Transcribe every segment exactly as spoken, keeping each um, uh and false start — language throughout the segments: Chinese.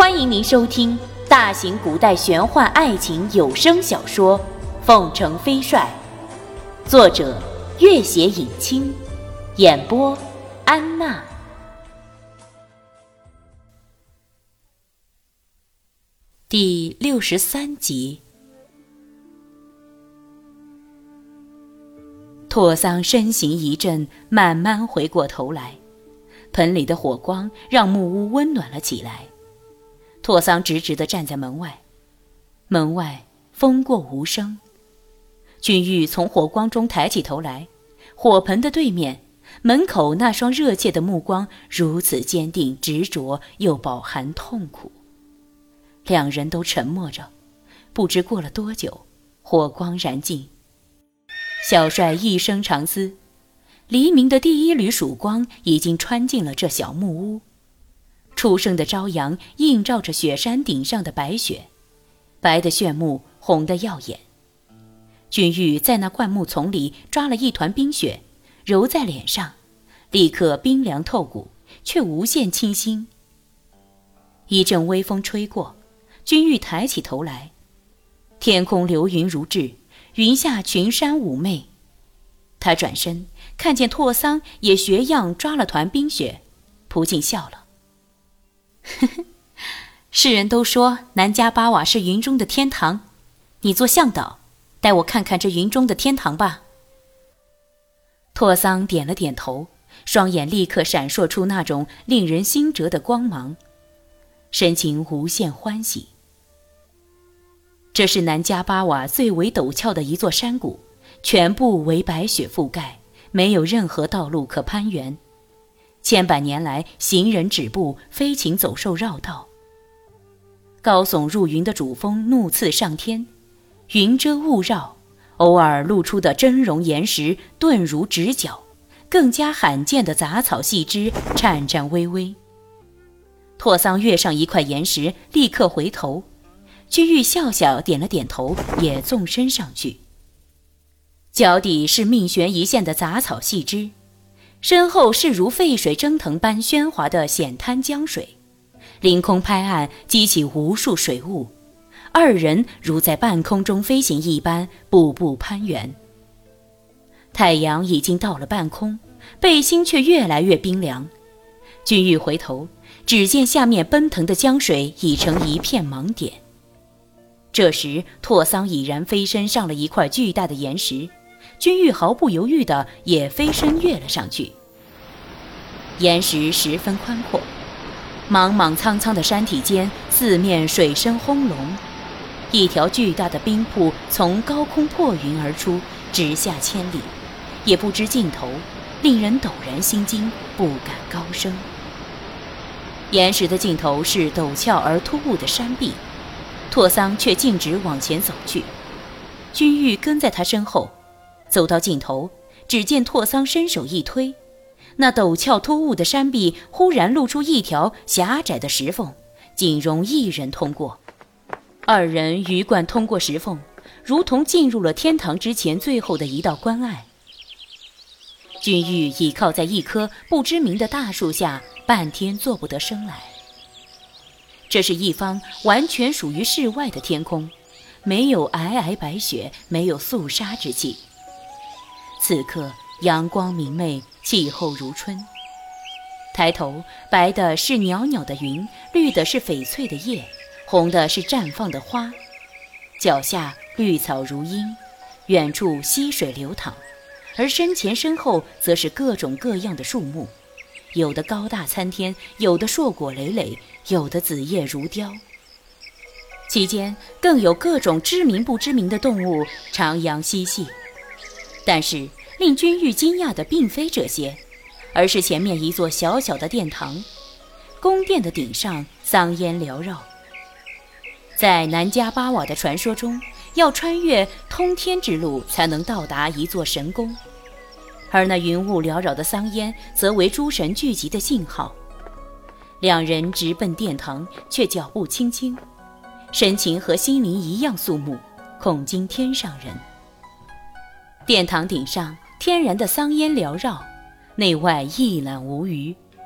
欢迎您收听大型古代玄幻爱情有声小说《凤城飞帅》，作者月写影清，演播安娜。第六十三集。拓桑身形一震，慢慢回过头来，盆里的火光让木屋温暖了起来。拓桑直直地站在门外，门外风过无声。君玉从火光中抬起头来，火盆的对面，门口那双热切的目光如此坚定执着，又饱含痛苦。两人都沉默着，不知过了多久，火光燃尽。小帅一声长嘶，黎明的第一缕曙光已经穿进了这小木屋。初升的朝阳映照着雪山顶上的白雪，白的炫目，红的耀眼。君玉在那灌木丛里抓了一团冰雪，揉在脸上，立刻冰凉透骨，却无限清新。一阵微风吹过，君玉抬起头来，天空流云如织，云下群山妩媚。他转身看见拓桑也学样抓了团冰雪，朴槿笑了。呵呵，世人都说南迦巴瓦是云中的天堂，你做向导，带我看看这云中的天堂吧。拓桑点了点头，双眼立刻闪烁出那种令人心折的光芒，神情无限欢喜。这是南迦巴瓦最为陡峭的一座山谷，全部为白雪覆盖，没有任何道路可攀援。千百年来，行人止步，飞禽走兽绕道。高耸入云的主峰怒刺上天，云遮雾绕，偶尔露出的峥嵘岩石钝如指角，更加罕见的杂草细枝颤颤巍巍。拓桑跃上一块岩石，立刻回头，君玉笑笑点了点头，也纵身上去。脚底是命悬一线的杂草细枝，身后是如沸水蒸腾般喧哗的险滩江水，凌空拍岸，激起无数水雾。二人如在半空中飞行一般，步步攀援。太阳已经到了半空，背心却越来越冰凉。君玉回头，只见下面奔腾的江水已成一片盲点。这时拓桑已然飞身上了一块巨大的岩石，君玉毫不犹豫地也飞身跃了上去。岩石十分宽阔，莽莽苍苍的山体间，四面水声轰隆，一条巨大的冰瀑从高空破云而出，直下千里，也不知尽头，令人陡然心惊，不敢高声。岩石的尽头是陡峭而突兀的山壁，拓桑却径直往前走去，君玉跟在他身后。走到尽头，只见拓桑伸手一推，那陡峭突兀的山壁忽然露出一条狭窄的石缝，仅容一人通过。二人鱼贯通过石缝，如同进入了天堂之前最后的一道关隘。君玉倚靠在一棵不知名的大树下，半天坐不得声来。这是一方完全属于世外的天空，没有皑皑白雪，没有肃杀之气。此刻阳光明媚，气候如春。抬头，白的是袅袅的云，绿的是翡翠的叶，红的是绽放的花。脚下绿草如茵，远处溪水流淌，而身前身后则是各种各样的树木，有的高大参天，有的硕果累累，有的紫叶如雕。其间更有各种知名不知名的动物徜徉嬉戏。但是令君玉惊讶的并非这些，而是前面一座小小的殿堂，宫殿的顶上桑烟缭绕。在南迦巴瓦的传说中，要穿越通天之路才能到达一座神宫，而那云雾缭绕的桑烟则为诸神聚集的信号。两人直奔殿堂，却脚步轻轻，神情和心灵一样肃穆，恐惊天上人。殿堂顶上天然的桑烟缭绕，内外一览无余。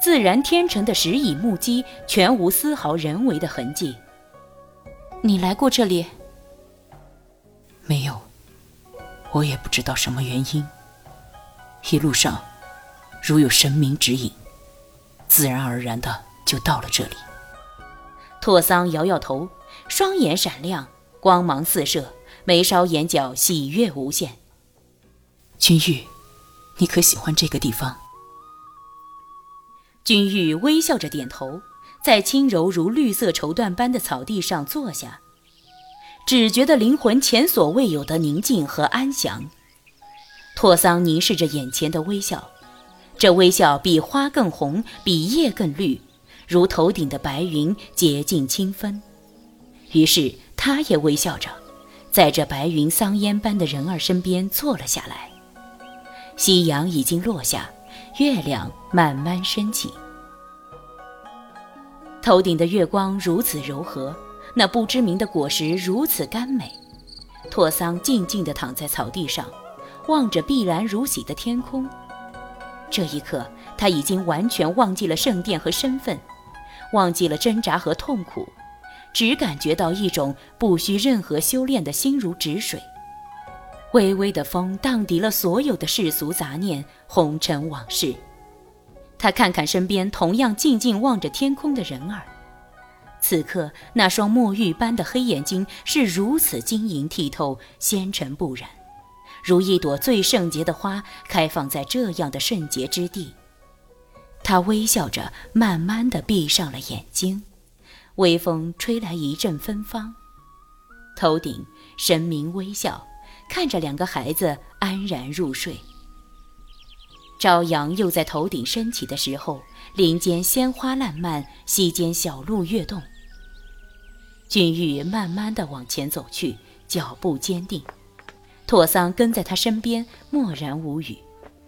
自然天成的石蚁木屐，全无丝毫人为的痕迹。你来过这里？ 没有，我也不知道什么原因。一路上，如有神明指引，自然而然的就到了这里。 拓桑摇摇头，双眼闪亮，光芒四射，眉梢眼角喜悦无限。 君玉，你可喜欢这个地方？ 君玉微笑着点头，在轻柔如绿色绸缎般的草地上坐下，只觉得灵魂前所未有的宁静和安详。拓桑凝视着眼前的微笑，这微笑比花更红，比叶更绿，如头顶的白云洁净清芬。于是他也微笑着，在这白云桑烟般的人儿身边坐了下来。夕阳已经落下，月亮慢慢升起，头顶的月光如此柔和，那不知名的果实如此甘美。拓桑静静地躺在草地上，望着碧蓝如洗的天空。这一刻，他已经完全忘记了圣殿和身份，忘记了挣扎和痛苦，只感觉到一种不需任何修炼的心如止水。微微的风荡涤了所有的世俗杂念，红尘往事。他看看身边同样静静望着天空的人儿，此刻那双墨玉般的黑眼睛是如此晶莹剔透，纤尘不染，如一朵最圣洁的花开放在这样的圣洁之地。他微笑着慢慢地闭上了眼睛，微风吹来一阵芬芳，头顶神明微笑，看着两个孩子安然入睡。朝阳又在头顶升起的时候，林间鲜花烂漫，溪间小路跃动。君玉慢慢地往前走去，脚步坚定。拓桑跟在他身边，默然无语。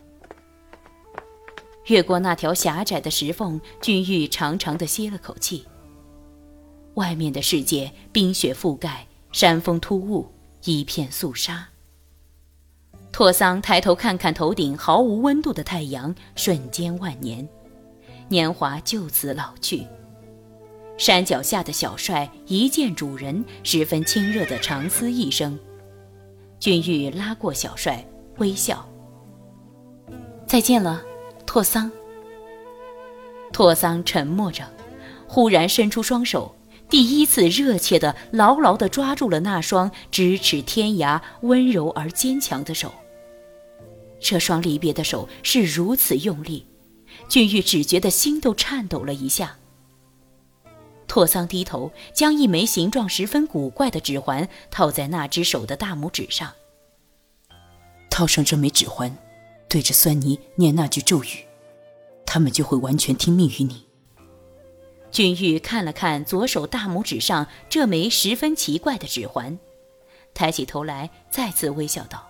越过那条狭窄的石缝，君玉长长地吸了口气。外面的世界冰雪覆盖，山峰突兀，一片肃杀。拓桑抬头看看头顶毫无温度的太阳，瞬间万年，年华就此老去。山脚下的小帅一见主人，十分亲热地长嘶一声。君玉拉过小帅，微笑：再见了，拓桑。拓桑沉默着，忽然伸出双手，第一次热切地牢牢地抓住了那双咫尺天涯、温柔而坚强的手。这双离别的手是如此用力，君玉只觉得心都颤抖了一下。拓桑低头，将一枚形状十分古怪的指环套在那只手的大拇指上。 套上这枚指环，对着酸泥念那句咒语，他们就会完全听命于你。 君玉看了看左手大拇指上这枚十分奇怪的指环，抬起头来，再次微笑道：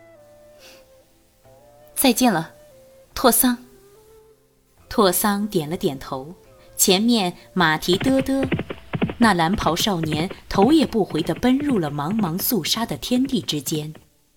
再见了，拓桑。拓桑点了点头，前面马蹄嘚嘚，那蓝袍少年头也不回地奔入了茫茫肃杀的天地之间。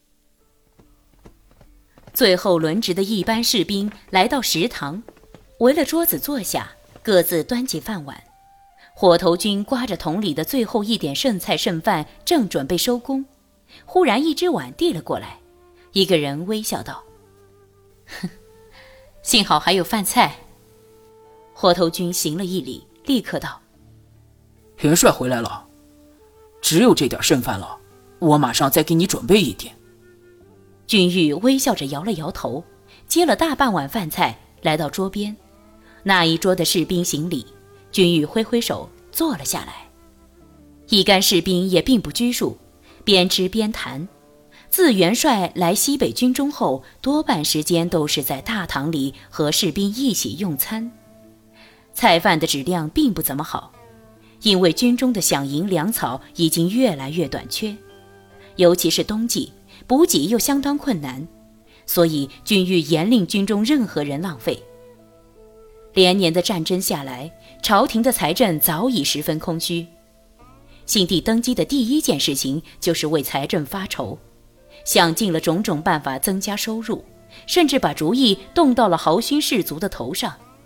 最后轮值的一班士兵来到食堂，围了桌子坐下，各自端起饭碗。火头军刮着桶里的最后一点剩菜剩饭，正准备收工，忽然一只碗递了过来，一个人微笑道：哼，幸好还有饭菜。火头军行了一礼，立刻道： 元帅回来了，只有这点剩饭了，我马上再给你准备一点。 君玉微笑着摇了摇头，接了大半碗饭菜来到桌边。那一桌的士兵行礼，君玉挥挥手坐了下来。一干士兵也并不拘束，边吃边谈。自元帅来西北军中后，多半时间都是在大堂里和士兵一起用餐。菜饭的质量并不怎么好，因为军中的饷银粮草已经越来越短缺，尤其是冬季，补给又相当困难，所以君玉严令军中任何人浪费。连年的战争下来，朝廷的财政早已十分空虚。新帝登基的第一件事情就是为财政发愁，想尽了种种办法增加收入，甚至把主意动到了豪勋士族的头上。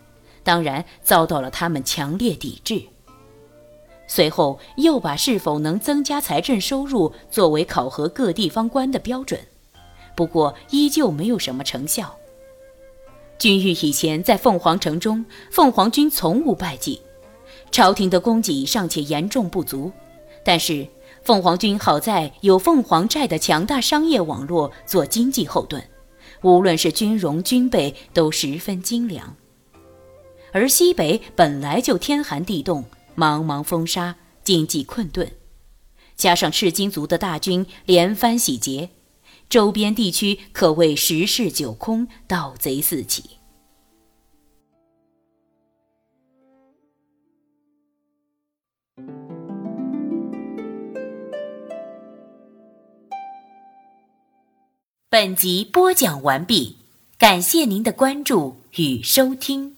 当然遭到了他们强烈抵制。随后又把是否能增加财政收入作为考核各地方官的标准，不过依旧没有什么成效。君玉以前在凤凰城中，凤凰军从无败绩，朝廷的供给尚且严重不足，但是凤凰军好在有凤凰寨的强大商业网络做经济后盾，无论是军容军备都十分精良。而西北本来就天寒地冻，茫茫风沙，经济困顿，加上赤金族的大军连番洗劫，周边地区可谓十室九空，盗贼四起。本集播讲完毕，感谢您的关注与收听。